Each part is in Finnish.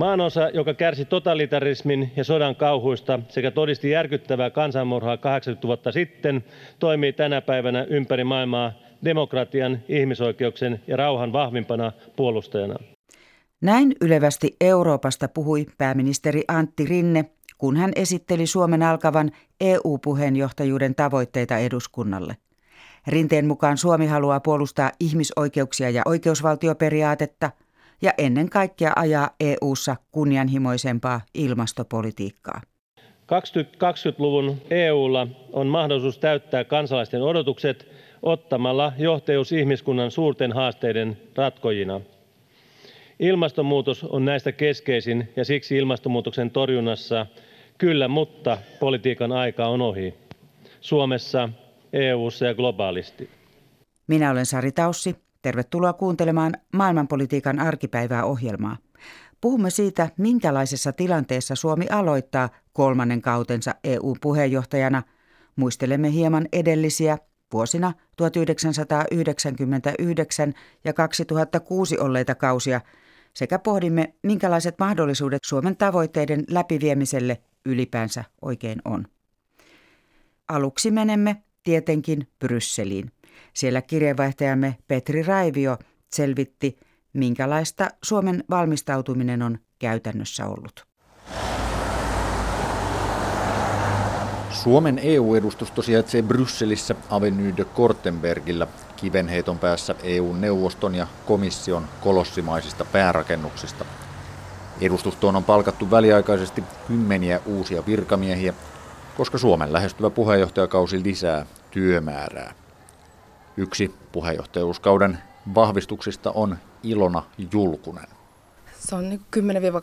Maanosa, joka kärsi totalitarismin ja sodan kauhuista sekä todisti järkyttävää kansanmurhaa 80 vuotta sitten, toimii tänä päivänä ympäri maailmaa demokratian, ihmisoikeuksien ja rauhan vahvimpana puolustajana. Näin ylevästi Euroopasta puhui pääministeri Antti Rinne, kun hän esitteli Suomen alkavan EU-puheenjohtajuuden tavoitteita eduskunnalle. Rinteen mukaan Suomi haluaa puolustaa ihmisoikeuksia ja oikeusvaltioperiaatetta ja ennen kaikkea ajaa EU:ssa kunnianhimoisempaa ilmastopolitiikkaa. 2020-luvun EU:lla on mahdollisuus täyttää kansalaisten odotukset ottamalla johtajuus ihmiskunnan suurten haasteiden ratkojina. Ilmastonmuutos on näistä keskeisin ja siksi ilmastonmuutoksen torjunnassa kyllä, mutta politiikan aika on ohi. Suomessa, EU:ssa ja globaalisti. Minä olen Sari Taussi. Tervetuloa kuuntelemaan maailmanpolitiikan arkipäivää ohjelmaa. Puhumme siitä, minkälaisessa tilanteessa Suomi aloittaa 3. kautensa EU-puheenjohtajana. Muistelemme hieman edellisiä vuosina 1999 ja 2006 olleita kausia sekä pohdimme, minkälaiset mahdollisuudet Suomen tavoitteiden läpiviemiselle ylipäänsä oikein on. Aluksi menemme tietenkin Brysseliin. Siellä kirjeenvaihtajamme Petri Raivio selvitti, minkälaista Suomen valmistautuminen on käytännössä ollut. Suomen EU-edustusto sijaitsee Brysselissä Avenue de Kortenbergillä, kivenheiton päässä EU-neuvoston ja komission kolossimaisista päärakennuksista. Edustustoon on palkattu väliaikaisesti 10 uusia virkamiehiä, koska Suomen lähestyvä puheenjohtajakausi lisää työmäärää. Yksi puheenjohtajuuskauden vahvistuksista on Ilona Julkunen. Se on 10-12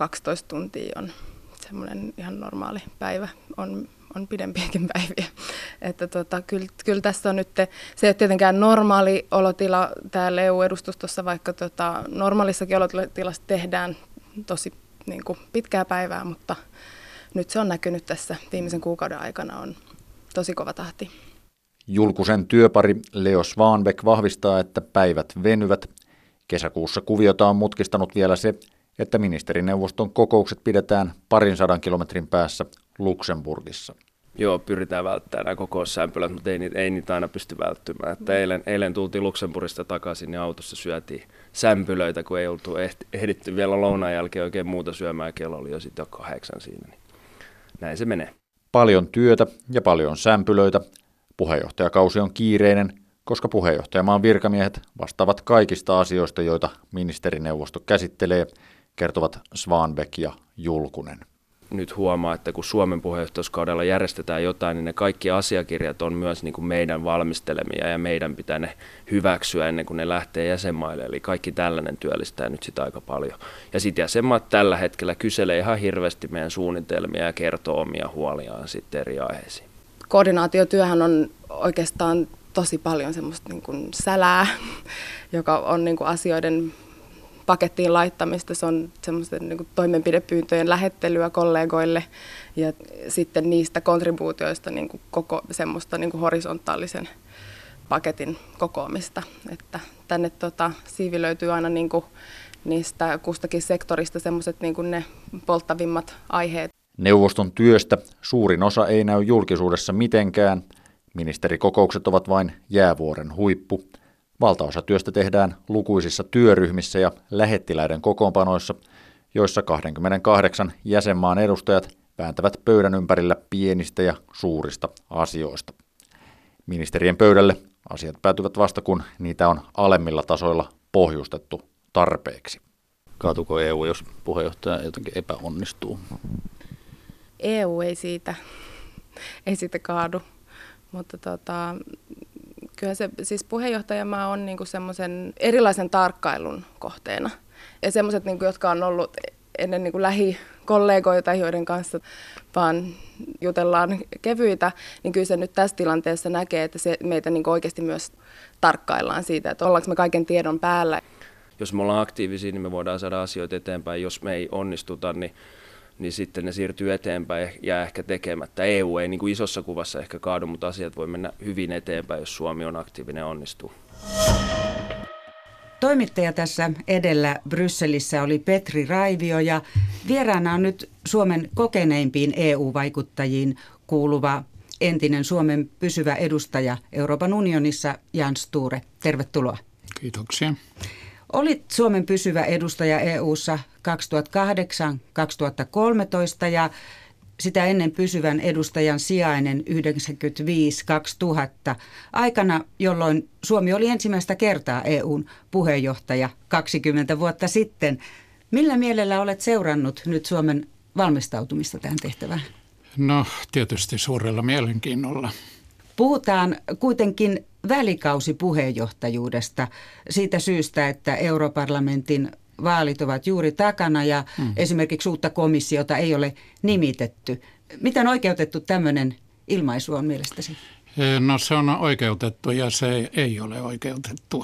tuntia on semmoinen ihan normaali päivä. On pidempiäkin päiviä. Että kyllä tässä on nyt, se ei ole tietenkään normaali olotila täällä EU-edustustossa, vaikka normaalissakin olotilassa tehdään tosi niin kuin pitkää päivää, mutta nyt se on näkynyt tässä viimeisen kuukauden aikana, on tosi kova tahti. Julkusen työpari Leo Svanbeck vahvistaa, että päivät venyvät. Kesäkuussa kuviota on mutkistanut vielä se, että ministerineuvoston kokoukset pidetään 200 kilometrin päässä Luxemburgissa. Joo, pyritään välttämään nämä kokoussämpylät, mutta ei niitä aina pysty välttymään. Että eilen tultiin Luxemburgista takaisin ja autossa syötiin sämpylöitä, kun ei oltu ehditty vielä lounaan jälkeen oikein muuta syömään. Kello oli jo sitten 8 siinä. Niin näin se menee. Paljon työtä ja paljon sämpylöitä. Puheenjohtajakausi on kiireinen, koska puheenjohtajamaan virkamiehet vastaavat kaikista asioista, joita ministerineuvosto käsittelee, kertovat Svanbeck ja Julkunen. Nyt huomaa, että kun Suomen puheenjohtajuuskaudella järjestetään jotain, niin ne kaikki asiakirjat on myös niin kuin meidän valmistelemia ja meidän pitää ne hyväksyä ennen kuin ne lähtee jäsenmaille. Eli kaikki tällainen työllistää nyt sitä aika paljon. Ja sitten jäsenmaat tällä hetkellä kyselee ihan hirveästi meidän suunnitelmia ja kertoo omia huoliaan sitten eri aiheisiin. Koordinaatiotyöhän on oikeastaan tosi paljon semmoista niin kuin sälää, joka on niin kuin asioiden pakettiin laittamista, se on semmoisten niin kuin toimenpidepyyntöjen lähettelyä kollegoille ja sitten niistä kontribuutioista niin kuin koko semmoista niin kuin horisontaalisen paketin kokoamista. Että tänne siivi löytyy aina niin kuin niistä kustakin sektorista semmoiset niin kuin ne polttavimmat aiheet. Neuvoston työstä suurin osa ei näy julkisuudessa mitenkään. Ministerikokoukset ovat vain jäävuoren huippu. Valtaosa työstä tehdään lukuisissa työryhmissä ja lähettiläiden kokoonpanoissa, joissa 28 jäsenmaan edustajat vääntävät pöydän ympärillä pienistä ja suurista asioista. Ministerien pöydälle asiat päätyvät vasta, kun niitä on alemmilla tasoilla pohjustettu tarpeeksi. Kaatuuko EU, jos puheenjohtaja jotenkin epäonnistuu? EU ei siitä kaadu, mutta kyllä se siis puheenjohtajamaa on niinku semmoisen erilaisen tarkkailun kohteena. Ja semmoiset, niinku, jotka on ollut ennen niinku lähikollegoita, joiden kanssa vaan jutellaan kevyitä, niin kyllä se nyt tässä tilanteessa näkee, että se meitä niinku oikeasti myös tarkkaillaan siitä, että ollaanko me kaiken tiedon päällä. Jos me ollaan aktiivisia, niin me voidaan saada asioita eteenpäin. Jos me ei onnistuta, niin sitten ne siirtyy eteenpäin ja jää ehkä tekemättä. EU ei niin kuin isossa kuvassa ehkä kaadu, mutta asiat voi mennä hyvin eteenpäin, jos Suomi on aktiivinen ja onnistuu. Toimittaja tässä edellä Brysselissä oli Petri Raivio ja vieraana on nyt Suomen kokeneimpiin EU-vaikuttajiin kuuluva entinen Suomen pysyvä edustaja Euroopan unionissa Jan Sture. Tervetuloa. Kiitoksia. Olit Suomen pysyvä edustaja EU:ssa 2008-2013 ja sitä ennen pysyvän edustajan sijainen 1995-2000, aikana, jolloin Suomi oli ensimmäistä kertaa EUn puheenjohtaja 20 vuotta sitten. Millä mielellä olet seurannut nyt Suomen valmistautumista tähän tehtävään? No tietysti suurella mielenkiinnolla. Puhutaan kuitenkin välikausipuheenjohtajuudesta siitä syystä, että Europarlamentin vaalit ovat juuri takana ja esimerkiksi uutta komissiota ei ole nimitetty. Miten oikeutettu tämmöinen ilmaisu on mielestäsi? No se on oikeutettu ja se ei ole oikeutettu.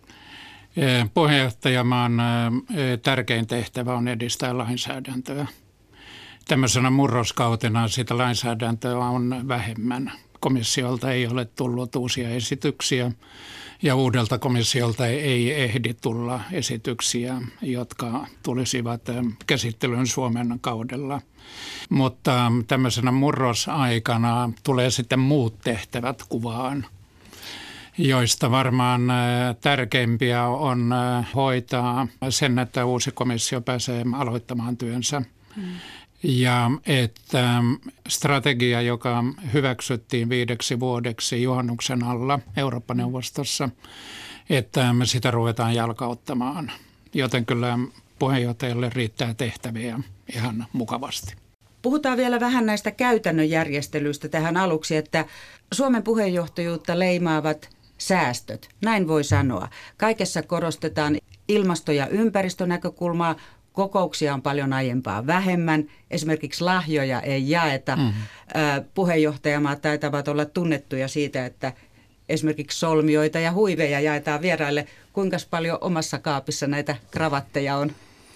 Puheenjohtajamaan tärkein tehtävä on edistää lainsäädäntöä. Tämmöisenä murroskautena sitä lainsäädäntöä on vähemmän. Komissiolta ei ole tullut uusia esityksiä ja uudelta komissiolta ei ehdi tulla esityksiä, jotka tulisivat käsittelyyn Suomen kaudella. Mutta tämmöisenä murrosaikana tulee sitten muut tehtävät kuvaan, joista varmaan tärkeimpiä on hoitaa sen, että uusi komissio pääsee aloittamaan työnsä. Ja että strategia, joka hyväksyttiin 5 vuodeksi juhannuksen alla Eurooppa-neuvostossa, että me sitä ruvetaan jalkauttamaan. Joten kyllä puheenjohtajalle riittää tehtäviä ihan mukavasti. Puhutaan vielä vähän näistä käytännön järjestelyistä tähän aluksi, että Suomen puheenjohtajuutta leimaavat säästöt, näin voi sanoa. Kaikessa korostetaan ilmasto- ja ympäristönäkökulmaa. Kokouksia on paljon aiempaa vähemmän. Esimerkiksi lahjoja ei jaeta. Puheenjohtajamaat taitavat olla tunnettuja siitä, että esimerkiksi solmioita ja huiveja jaetaan vieraille. Kuinka paljon omassa kaapissa näitä kravatteja on?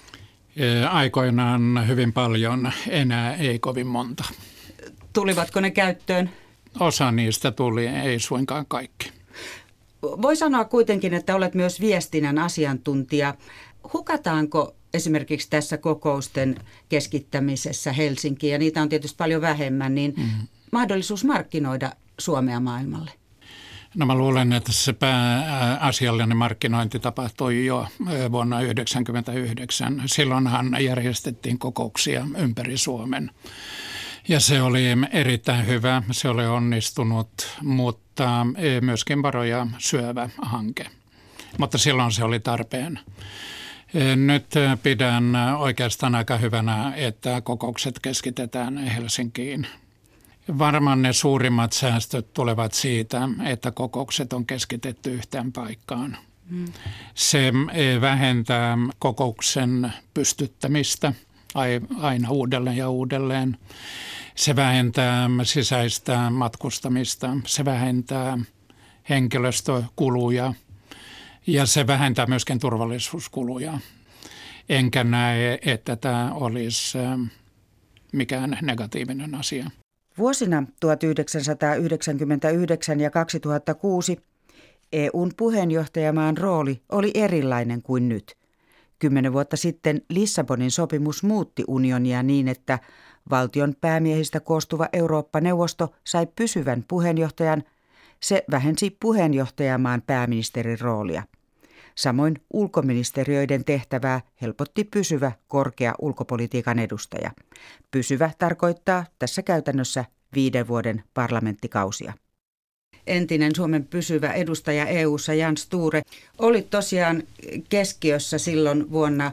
Aikoinaan hyvin paljon, enää ei kovin monta. Tulivatko ne käyttöön? Osa niistä tuli, ei suinkaan kaikki. Voi sanoa kuitenkin, että olet myös viestinnän asiantuntija. Hukataanko esimerkiksi tässä kokousten keskittämisessä Helsinkiin, ja niitä on tietysti paljon vähemmän, niin mahdollisuus markkinoida Suomea maailmalle? No mä luulen, että se pääasiallinen markkinointi tapahtui jo vuonna 1999. Silloinhan järjestettiin kokouksia ympäri Suomen. Ja se oli erittäin hyvä, se oli onnistunut, mutta myöskin varoja syövä hanke. Mutta silloin se oli tarpeen. Nyt pidän oikeastaan aika hyvänä, että kokoukset keskitetään Helsinkiin. Varmaan ne suurimmat säästöt tulevat siitä, että kokoukset on keskitetty yhteen paikkaan. Se vähentää kokouksen pystyttämistä aina uudelleen ja uudelleen. Se vähentää sisäistä matkustamista, se vähentää henkilöstökuluja. Ja se vähentää myöskin turvallisuuskuluja. Enkä näe, että tämä olisi mikään negatiivinen asia. Vuosina 1999 ja 2006 EUn puheenjohtajamaan rooli oli erilainen kuin nyt. 10 vuotta sitten Lissabonin sopimus muutti unionia niin, että valtion päämiehistä koostuva Eurooppa-neuvosto sai pysyvän puheenjohtajan. Se vähensi puheenjohtajamaan pääministerin roolia. Samoin ulkoministeriöiden tehtävää helpotti pysyvä korkea ulkopolitiikan edustaja. Pysyvä tarkoittaa tässä käytännössä 5 vuoden parlamenttikausia. Entinen Suomen pysyvä edustaja EU:ssa Jan Sture oli tosiaan keskiössä silloin vuonna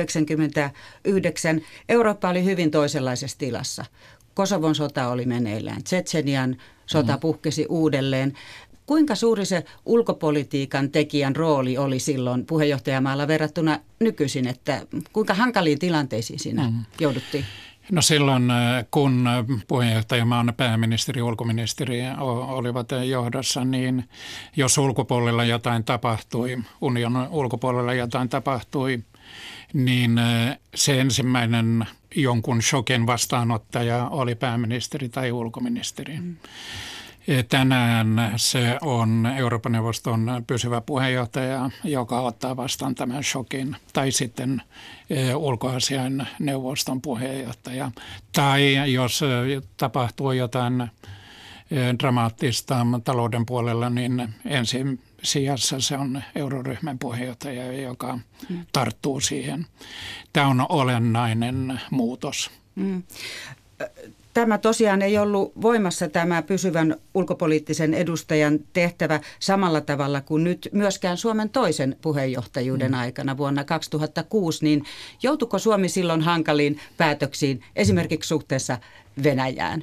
1999. Eurooppa oli hyvin toisenlaisessa tilassa. Kosovon sota oli meneillään, Tšetšenian sota puhkesi uudelleen. Kuinka suuri se ulkopolitiikan tekijän rooli oli silloin puheenjohtajamaalla verrattuna nykyisin, että kuinka hankaliin tilanteisiin siinä jouduttiin? No silloin, kun puheenjohtajamaan pääministeri ja ulkoministeri olivat johdossa, niin jos ulkopuolella jotain tapahtui, unionin ulkopuolella jotain tapahtui, niin se ensimmäinen jonkun shokin vastaanottaja oli pääministeri tai ulkoministeri. Tänään se on Euroopan neuvoston pysyvä puheenjohtaja, joka ottaa vastaan tämän shokin, tai sitten ulkoasiain neuvoston puheenjohtaja. Tai jos tapahtuu jotain dramaattista talouden puolella, niin ensin sijassa se on euroryhmän puheenjohtaja, joka tarttuu siihen. Tämä on olennainen muutos. Tämä tosiaan ei ollut voimassa tämä pysyvän ulkopoliittisen edustajan tehtävä samalla tavalla kuin nyt myöskään Suomen toisen puheenjohtajuuden aikana vuonna 2006. Niin joutuiko Suomi silloin hankaliin päätöksiin esimerkiksi suhteessa Venäjään?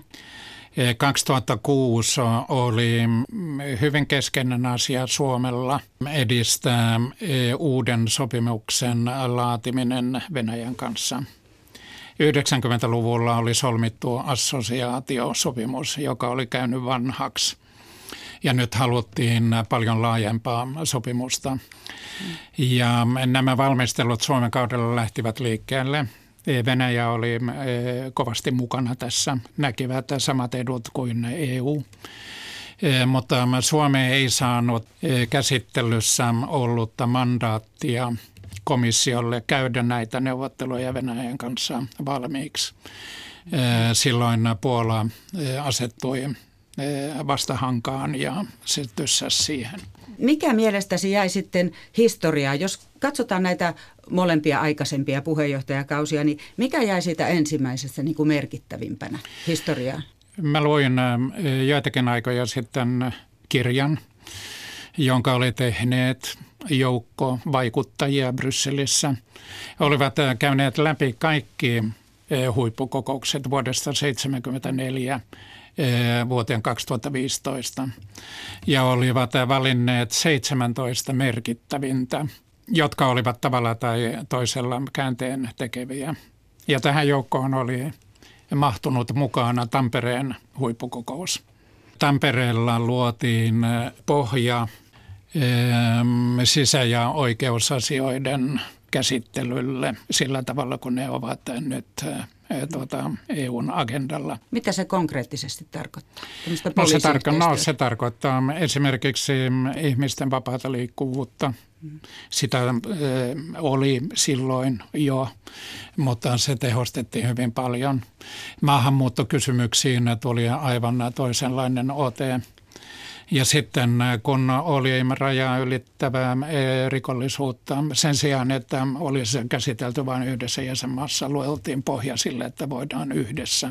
2006 oli hyvin keskeinen asia Suomella edistää uuden sopimuksen laatiminen Venäjän kanssa. 90-luvulla oli solmittu assosiaatiosopimus, joka oli käynyt vanhaksi. Ja nyt haluttiin paljon laajempaa sopimusta. Ja nämä valmistelut Suomen kaudella lähtivät liikkeelle. Venäjä oli kovasti mukana tässä, näkivät samat edut kuin EU. Mutta Suomi ei saanut käsittelyssä ollutta mandaattia komissiolle käydä näitä neuvotteluja Venäjän kanssa valmiiksi. Silloin Puola asettui vastahankaan ja se tyssäsi siihen. Mikä mielestäsi jäi sitten historiaan? Jos katsotaan näitä molempia aikaisempia puheenjohtajakausia, niin mikä jäi siitä ensimmäisestä niin kuin merkittävimpänä historiaan? Mä luin joitakin aikoja sitten kirjan, jonka oli tehneet joukko vaikuttajia Brysselissä. Olivat käyneet läpi kaikki huippukokoukset vuodesta 1974 vuoteen 2015 ja olivat valinneet 17 merkittävintä, jotka olivat tavalla tai toisella käänteen tekeviä. Ja tähän joukkoon oli mahtunut mukana Tampereen huippukokous. Tampereella luotiin pohja sisä- ja oikeusasioiden käsittelylle sillä tavalla, kun ne ovat nyt EUn agendalla. Mitä se konkreettisesti tarkoittaa? Se tarkoittaa esimerkiksi ihmisten vapaata liikkuvuutta. Sitä oli silloin jo, mutta se tehostettiin hyvin paljon. Maahanmuuttokysymyksiin tuli aivan toisenlainen ote. Ja sitten kun oli rajaa ylittävää rikollisuutta, sen sijaan, että olisi käsitelty vain yhdessä jäsenmaassa, lueltiin pohja sille, että voidaan yhdessä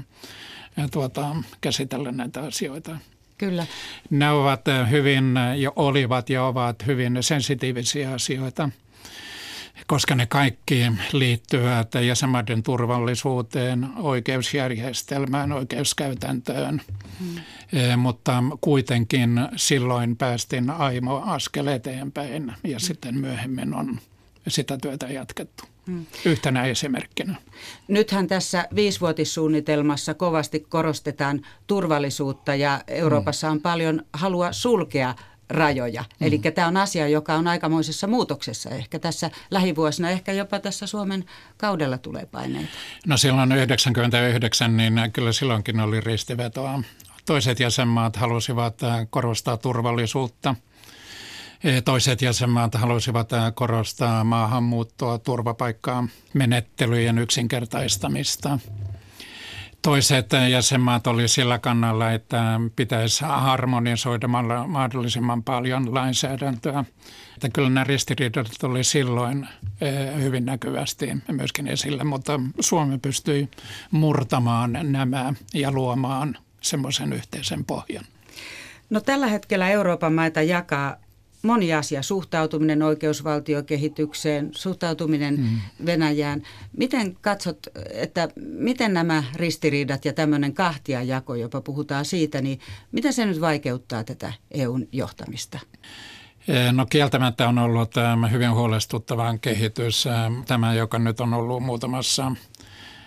käsitellä näitä asioita. Kyllä. Ne ovat olivat ja ovat hyvin sensitiivisiä asioita, koska ne kaikki liittyvät jäsenmaiden turvallisuuteen, oikeusjärjestelmään, oikeuskäytäntöön. Mutta kuitenkin silloin päästiin aimo askel eteenpäin ja sitten myöhemmin on sitä työtä jatkettu. Yhtenä esimerkkinä. Nythän tässä 5-vuotissuunnitelmassa kovasti korostetaan turvallisuutta ja Euroopassa on paljon halua sulkea rajoja. Eli tämä on asia, joka on aikamoisessa muutoksessa ehkä tässä lähivuosina, ehkä jopa tässä Suomen kaudella tulee paineita. No silloin 1999, niin kyllä silloinkin oli ristivetoa. Toiset jäsenmaat halusivat korostaa turvallisuutta. Toiset jäsenmaat halusivat korostaa maahanmuuttoa, turvapaikkaa, menettelyjen yksinkertaistamista. Toiset jäsenmaat oli sillä kannalla, että pitäisi harmonisoida mahdollisimman paljon lainsäädäntöä. Että kyllä nämä ristiriidat oli silloin hyvin näkyvästi myöskin esillä, mutta Suomi pystyi murtamaan nämä ja luomaan semmoisen yhteisen pohjan. No tällä hetkellä Euroopan maita jakaa moni asia, suhtautuminen oikeusvaltiokehitykseen, suhtautuminen Venäjään. Miten katsot, että miten nämä ristiriidat ja tämmöinen kahtiajako, jopa puhutaan siitä, niin miten se nyt vaikeuttaa tätä EUn johtamista? No kieltämättä on ollut hyvin huolestuttava kehitys, tämä joka nyt on ollut muutamassa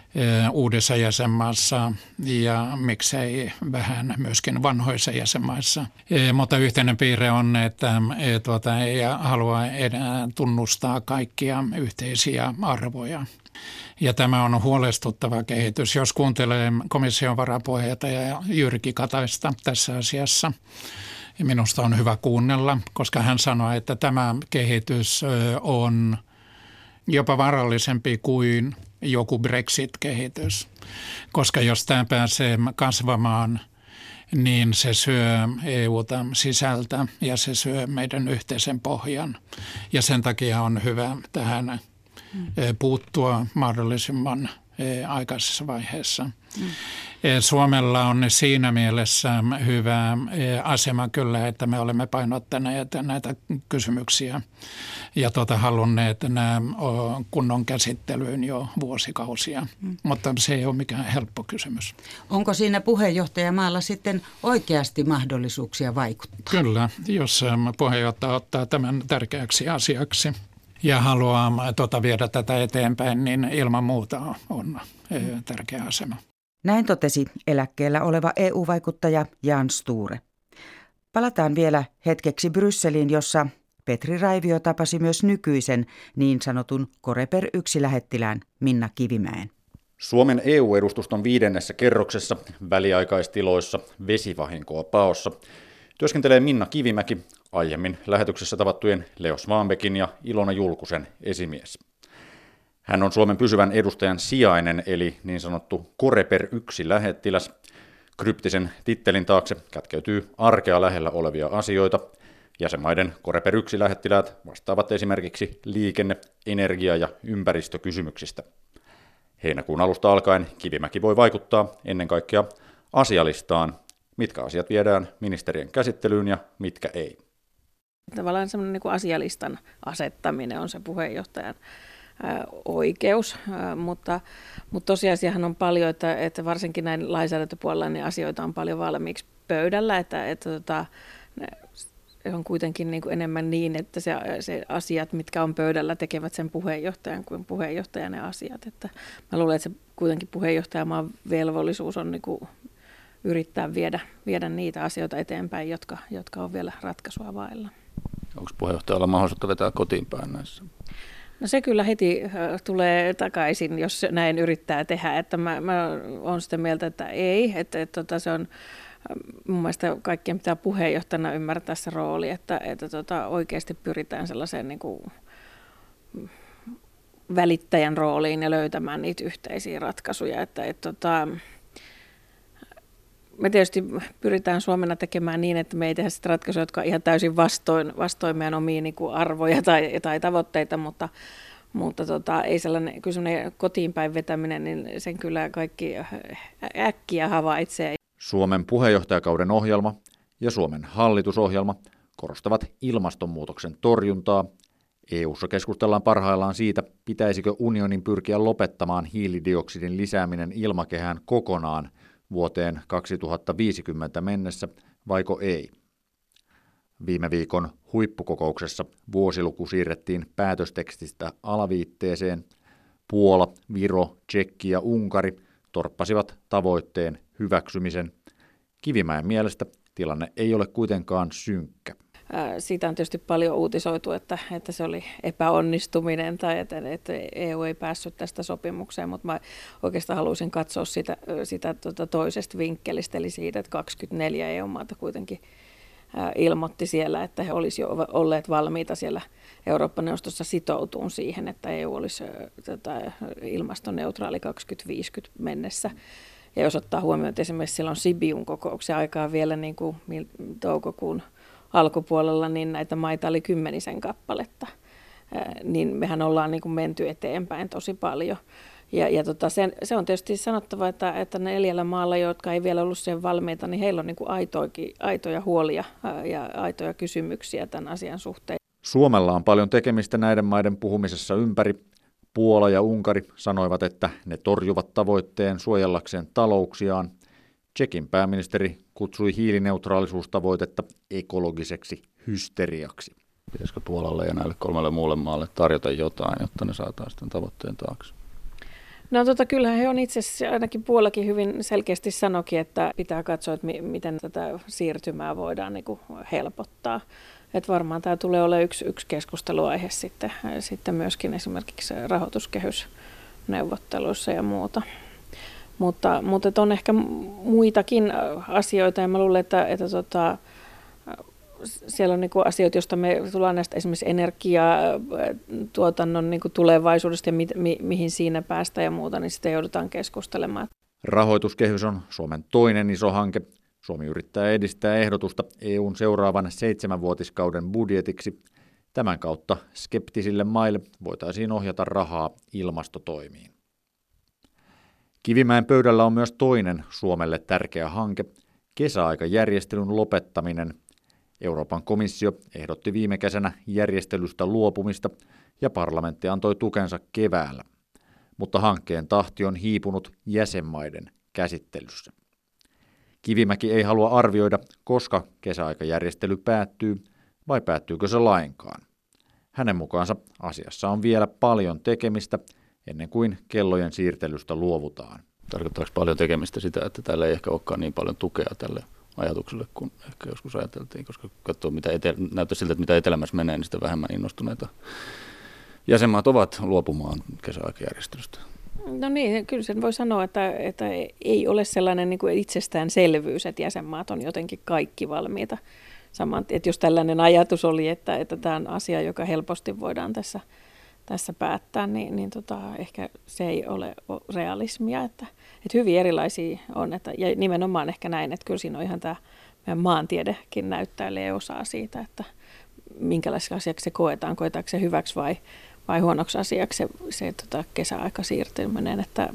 uudessa jäsenmaassa ja miksei vähän myöskin vanhoissa jäsenmaissa. Mutta yhteinen piirre on, että ei halua enää tunnustaa kaikkia yhteisiä arvoja. Ja tämä on huolestuttava kehitys, jos kuuntelee komission varapuheenjohtaja Jyrki Kataista tässä asiassa. Minusta on hyvä kuunnella, koska hän sanoi, että tämä kehitys on jopa vaarallisempi kuin joku Brexit-kehitys, koska jos tämä pääsee kasvamaan, niin se syö EUta sisältä ja se syö meidän yhteisen pohjan. Ja sen takia on hyvä tähän puuttua mahdollisimman aikaisessa vaiheessa. Suomella on siinä mielessä hyvä asema kyllä, että me olemme painottaneet näitä kysymyksiä ja halunneet nämä kunnon käsittelyyn jo vuosikausia, mutta se ei ole mikään helppo kysymys. Onko siinä puheenjohtajamaalla sitten oikeasti mahdollisuuksia vaikuttaa? Kyllä, jos puheenjohtaja ottaa tämän tärkeäksi asiaksi ja haluaa viedä tätä eteenpäin, niin ilman muuta on tärkeä asema. Näin totesi eläkkeellä oleva EU-vaikuttaja Jan Sture. Palataan vielä hetkeksi Brysseliin, jossa Petri Raivio tapasi myös nykyisen niin sanotun Coreper 1-lähettilään Minna Kivimäen. Suomen EU-edustuston 5. kerroksessa väliaikaistiloissa Vesivahinkoa paossa työskentelee Minna Kivimäki, aiemmin lähetyksessä tavattujen Leo Svanbeckin ja Ilona Julkusen esimies. Hän on Suomen pysyvän edustajan sijainen, eli niin sanottu Coreper 1-lähettiläs. Kryptisen tittelin taakse kätkeytyy arkea lähellä olevia asioita. Jäsenmaiden Coreper 1-lähettiläät vastaavat esimerkiksi liikenne-, energia- ja ympäristökysymyksistä. Heinäkuun alusta alkaen Kivimäki voi vaikuttaa ennen kaikkea asialistaan, mitkä asiat viedään ministerien käsittelyyn ja mitkä ei. Tavallaan semmoinen niin kuin asialistan asettaminen on se puheenjohtajan oikeus, mutta tosiasiahan on paljon, että varsinkin näin lainsäädäntöpuolella niin asioita on paljon valmiiksi pöydällä, että on kuitenkin niin kuin enemmän niin, että se asiat, mitkä on pöydällä, tekevät sen puheenjohtajan kuin puheenjohtajan ne asiat. Että mä luulen, että se kuitenkin puheenjohtajamaan velvollisuus on niin kuin yrittää viedä niitä asioita eteenpäin, jotka on vielä ratkaisua vailla. Onko puheenjohtajalla mahdollisuutta vetää kotiin päin näissä? No se kyllä heti tulee takaisin, jos näin yrittää tehdä. Että mä olen sitä mieltä, että ei. Että se on mun mielestä kaikkien pitää puheenjohtajana ymmärtää se rooli, että oikeasti pyritään sellaiseen niin kuin välittäjän rooliin ja löytämään niitä yhteisiä ratkaisuja. Me tietysti pyritään Suomena tekemään niin, että me ei tehdä sitä ratkaisuja, jotka on ihan täysin vastoin meidän omia niin kuin arvoja tai tavoitteita, mutta ei sellainen, kyllä sellainen kotiin päin vetäminen, niin sen kyllä kaikki äkkiä havaitsee. Suomen puheenjohtajakauden ohjelma ja Suomen hallitusohjelma korostavat ilmastonmuutoksen torjuntaa. EU:ssa keskustellaan parhaillaan siitä, pitäisikö unionin pyrkiä lopettamaan hiilidioksidin lisääminen ilmakehään kokonaan vuoteen 2050 mennessä, vaiko ei. Viime viikon huippukokouksessa vuosiluku siirrettiin päätöstekstistä alaviitteeseen. Puola, Viro, Tšekki ja Unkari torppasivat tavoitteen hyväksymisen. Kivimäen mielestä tilanne ei ole kuitenkaan synkkä. Siitä on tietysti paljon uutisoitu, että se oli epäonnistuminen tai että EU ei päässyt tästä sopimukseen, mutta mä oikeastaan haluaisin katsoa sitä toisesta vinkkelistä, eli siitä, että 24 EU-maata kuitenkin ilmoitti siellä, että he olisivat jo olleet valmiita siellä Eurooppa-neuvostossa sitoutumaan siihen, että EU olisi ilmastoneutraali 2050 mennessä. Ja jos ottaa huomioon, että esimerkiksi silloin Sibiun kokouksen aikaa vielä niin kuin toukokuun alkupuolella, niin näitä maita oli 10 kappaletta, niin mehän ollaan niin kuin menty eteenpäin tosi paljon. Se on tietysti sanottava, että 4 maalla, jotka ei vielä ollut siihen valmiita, niin heillä on niin kuin aitoja huolia ja aitoja kysymyksiä tämän asian suhteen. Suomella on paljon tekemistä näiden maiden puhumisessa ympäri. Puola ja Unkari sanoivat, että ne torjuvat tavoitteen suojellakseen talouksiaan. Tšekin pääministeri kutsui hiilineutraalisuustavoitetta ekologiseksi hysteriaksi. Pitäisikö Puolalle ja näille 3 muulle maalle tarjota jotain, jotta ne saataisiin tämän tavoitteen taakse? No kyllähän he on itse asiassa ainakin puolellakin hyvin selkeästi sanoikin, että pitää katsoa, että miten tätä siirtymää voidaan niin kuin helpottaa. Että varmaan tämä tulee olemaan yksi keskusteluaihe sitten myöskin esimerkiksi rahoituskehysneuvotteluissa ja muuta. Mutta on ehkä muitakin asioita ja mä luulen, että siellä on niinku asioita, joista me tullaan näistä esimerkiksi energiatuotannon niinku tulevaisuudesta ja mihin siinä päästään ja muuta, niin sitä joudutaan keskustelemaan. Rahoituskehys on Suomen toinen iso hanke. Suomi yrittää edistää ehdotusta EUn seuraavan 7-vuotiskauden budjetiksi. Tämän kautta skeptisille maille voitaisiin ohjata rahaa ilmastotoimiin. Kivimäen pöydällä on myös toinen Suomelle tärkeä hanke, kesäaikajärjestelyn lopettaminen. Euroopan komissio ehdotti viime kesänä järjestelystä luopumista ja parlamentti antoi tukensa keväällä, mutta hankkeen tahti on hiipunut jäsenmaiden käsittelyssä. Kivimäki ei halua arvioida, koska kesäaikajärjestely päättyy vai päättyykö se lainkaan. Hänen mukaansa asiassa on vielä paljon tekemistä ennen kuin kellojen siirtelystä luovutaan. Tarkoittaako paljon tekemistä sitä, että täällä ei ehkä olekaan niin paljon tukea tälle ajatukselle, kun ehkä joskus ajateltiin, koska katsoo, näyttää siltä, että mitä etelämässä menee, niin sitä vähemmän innostuneita jäsenmaat ovat luopumaan kesäaikajärjestelystä. No niin, kyllä sen voi sanoa, että ei ole sellainen niin kuin itsestäänselvyys, että jäsenmaat on jotenkin kaikki valmiita. Saman, että jos tällainen ajatus oli, että tämä on asia, joka helposti voidaan tässä päättää, niin ehkä se ei ole realismia. Että hyvin erilaisia on, ja nimenomaan ehkä näin, että kyllä siinä on ihan tämä meidän maantiedekin näyttäilee osaa siitä, että minkälaisessa asiaksi se koetaanko se hyväksi vai huonoksi asiaksi se kesäaika siirtyminen, että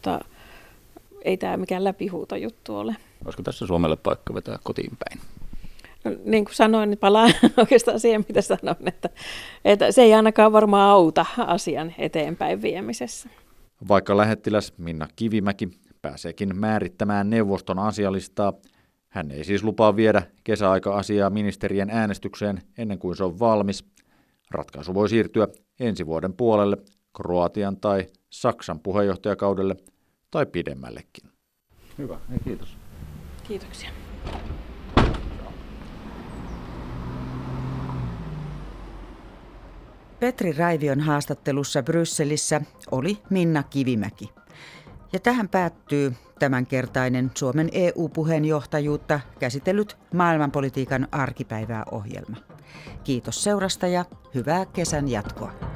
ei tämä mikään läpihuutojuttu ole. Olisiko tässä Suomelle paikka vetää kotiin päin? No, niin kuin sanoin, niin palaan oikeastaan siihen, mitä sanoin, että se ei ainakaan varmaan auta asian eteenpäin viemisessä. Vaikka lähettiläs Minna Kivimäki pääseekin määrittämään neuvoston asialistaa, hän ei siis lupaa viedä kesäaika-asiaa ministerien äänestykseen ennen kuin se on valmis. Ratkaisu voi siirtyä ensi vuoden puolelle, Kroatian tai Saksan puheenjohtajakaudelle tai pidemmällekin. Hyvä, kiitos. Kiitoksia. Petri Raivion haastattelussa Brysselissä oli Minna Kivimäki. Ja tähän päättyy tämänkertainen Suomen EU-puheenjohtajuutta käsitellyt maailmanpolitiikan arkipäivää ohjelma. Kiitos seurasta ja hyvää kesän jatkoa.